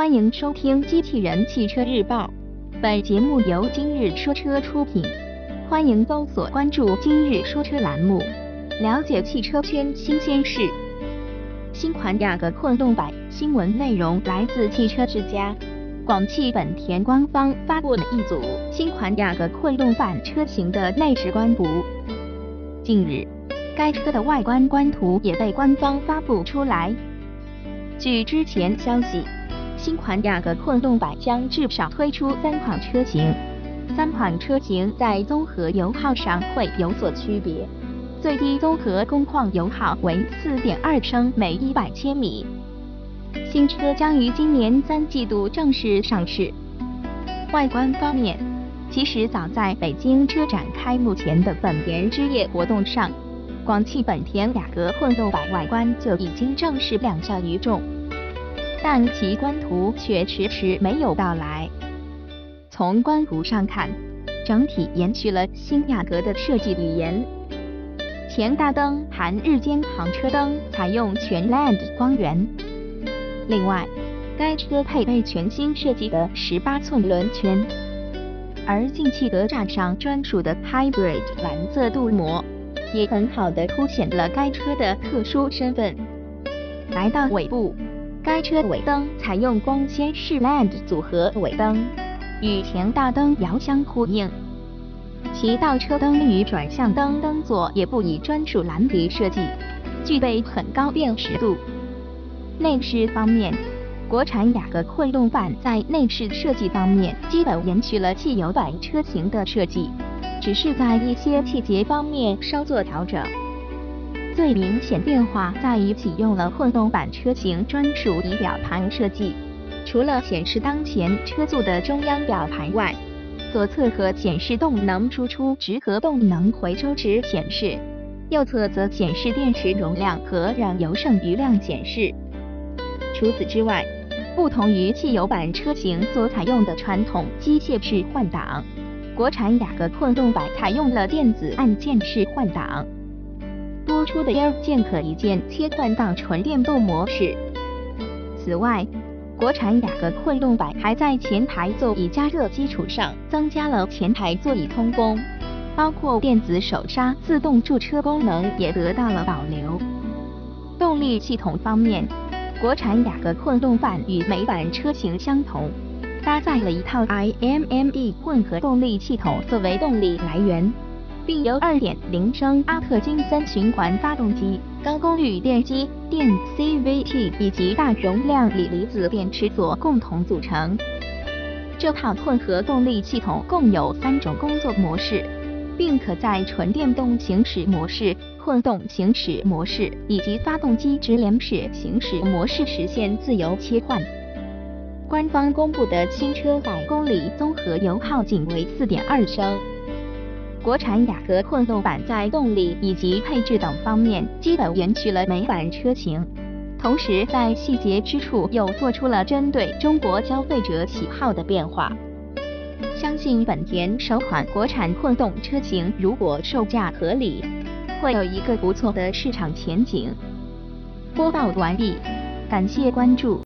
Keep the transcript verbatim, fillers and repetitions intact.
欢迎收听机器人汽车日报，本节目由今日说车出品。欢迎搜索关注今日说车栏目，了解汽车圈新鲜事。新款雅阁混动版新闻内容来自汽车之家。广汽本田官方发布了一组新款雅阁混动版车型的内饰官图。近日，该车的外观官图也被官方发布出来。据之前消息，新款雅阁混动版将至少推出三款车型，三款车型在综合油耗上会有所区别，最低综合工况油耗为 四点二 升每一百千米。新车将于今年三季度正式上市。外观方面，其实早在北京车展开幕前的本田之夜活动上，广汽本田雅阁混动版外观就已经正式亮相于众，但其官图却迟迟没有到来。从官图上看，整体延续了新雅阁的设计语言，前大灯含日间行车灯采用全 L E D 光源。另外，该车配备全新设计的十八寸轮圈，而进气格栅上专属的 Hybrid 蓝色镀膜也很好地凸显了该车的特殊身份。来到尾部，该车尾灯采用光纤式 L E D 组合尾灯，与前大灯遥相呼应。其倒车灯与转向灯灯座也不以专属蓝底设计，具备很高辨识度。内饰方面，国产雅阁混动版在内饰设计方面基本延续了汽油版车型的设计，只是在一些细节方面稍作调整。最明显变化在于启用了混动版车型专属仪表盘设计，除了显示当前车速的中央表盘外，左侧可显示动能输出值和动能回收值显示，右侧则显示电池容量和燃油剩余量显示。除此之外，不同于汽油版车型所采用的传统机械式换挡，国产雅阁混动版采用了电子按键式换挡。多出的 L 键可一键切换到纯电动模式。此外，国产雅阁混动版还在前排座椅加热基础上增加了前排座椅通风，包括电子手刹、自动驻车功能也得到了保留。动力系统方面，国产雅阁混动版与美版车型相同，搭载了一套 I M M E 混合动力系统作为动力来源，并由 二点零 升阿特金森循环发动机、高功率电机、电 C V T 以及大容量锂离子电池所共同组成。这套混合动力系统共有三种工作模式，并可在纯电动行驶模式、混动行驶模式以及发动机直连式行驶模式实现自由切换。官方公布的新车百公里综合油耗仅为 四点二 升。国产雅阁混动版在动力以及配置等方面基本延续了美版车型，同时在细节之处又做出了针对中国消费者喜好的变化。相信本田首款国产混动车型如果售价合理，会有一个不错的市场前景。播报完毕，感谢关注。